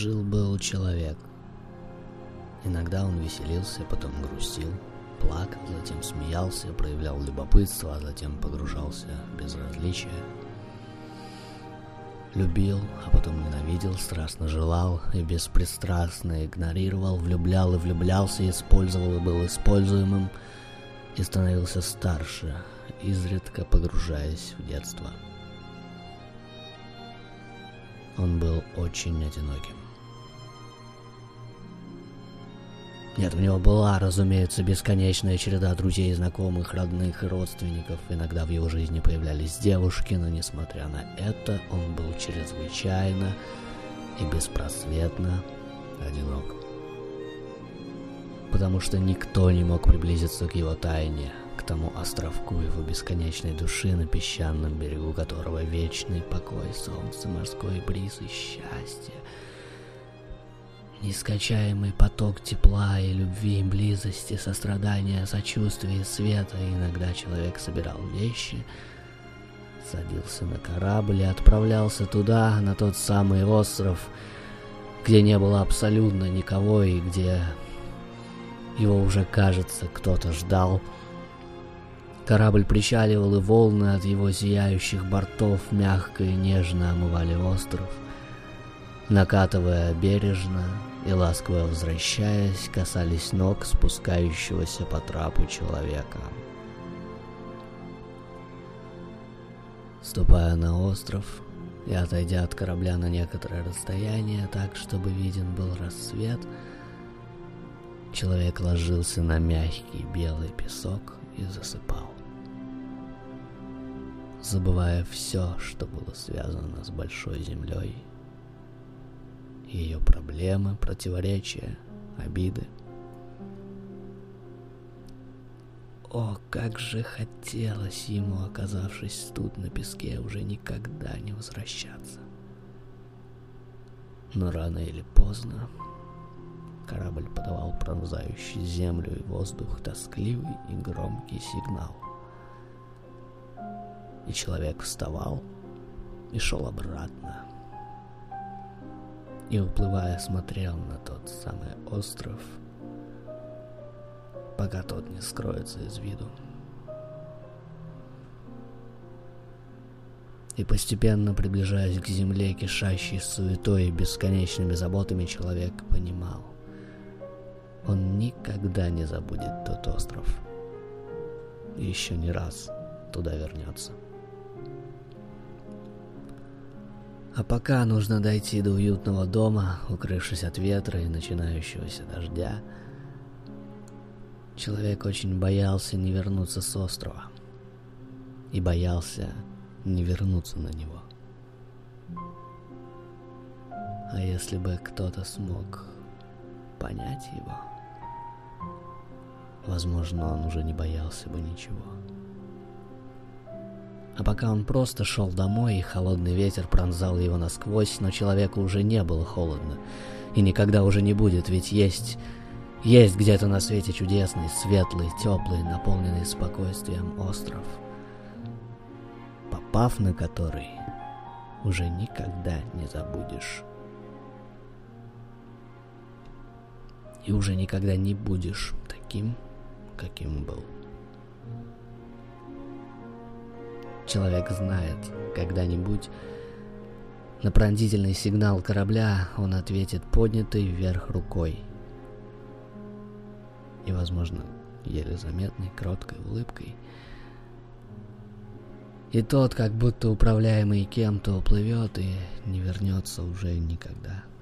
Жил-был человек. Иногда он веселился, потом грустил, плакал, затем смеялся, проявлял любопытство, а затем погружался в безразличие. Любил, а потом ненавидел, страстно желал и беспристрастно игнорировал, влюблял и влюблялся, использовал и был используемым, и становился старше, изредка погружаясь в детство. Он был очень одиноким. Нет, у него была, разумеется, бесконечная череда друзей, знакомых, родных и родственников. Иногда в его жизни появлялись девушки, но несмотря на это, он был чрезвычайно и беспросветно одинок. Потому что никто не мог приблизиться к его тайне, к тому островку его бесконечной души, на песчаном берегу которого вечный покой, солнце, морской бриз и счастье. Нескончаемый поток тепла и любви, близости, сострадания, сочувствия и света. И иногда человек собирал вещи, садился на корабль и отправлялся туда, на тот самый остров, где не было абсолютно никого и где его уже, кажется, кто-то ждал. Корабль причаливал, и волны от его зияющих бортов мягко и нежно омывали остров, накатывая бережно и ласково возвращаясь, касались ног спускающегося по трапу человека. Ступая на остров и отойдя от корабля на некоторое расстояние, так, чтобы виден был рассвет, человек ложился на мягкий белый песок и засыпал, забывая все, что было связано с большой землей, ее проблемы, противоречия, обиды. О, как же хотелось ему, оказавшись тут на песке, уже никогда не возвращаться. Но рано или поздно корабль подавал пронзающий землю и воздух тоскливый и громкий сигнал. И человек вставал и шел обратно. И, уплывая, смотрел на тот самый остров, пока тот не скроется из виду. И постепенно, приближаясь к земле, кишащей суетой и бесконечными заботами, человек понимал: он никогда не забудет тот остров и еще не раз туда вернется. А пока нужно дойти до уютного дома, укрывшись от ветра и начинающегося дождя. Человек очень боялся не вернуться с острова и боялся не вернуться на него. А если бы кто-то смог понять его, возможно, он уже не боялся бы ничего. А пока он просто шел домой, и холодный ветер пронзал его насквозь, но человеку уже не было холодно. И никогда уже не будет, ведь есть где-то на свете чудесный, светлый, теплый, наполненный спокойствием остров, попав на который, уже никогда не забудешь. И уже никогда не будешь таким, каким был. Человек знает, когда-нибудь на пронзительный сигнал корабля он ответит поднятой вверх рукой и, возможно, еле заметной, кроткой улыбкой. И тот, как будто управляемый кем-то, уплывет и не вернется уже никогда.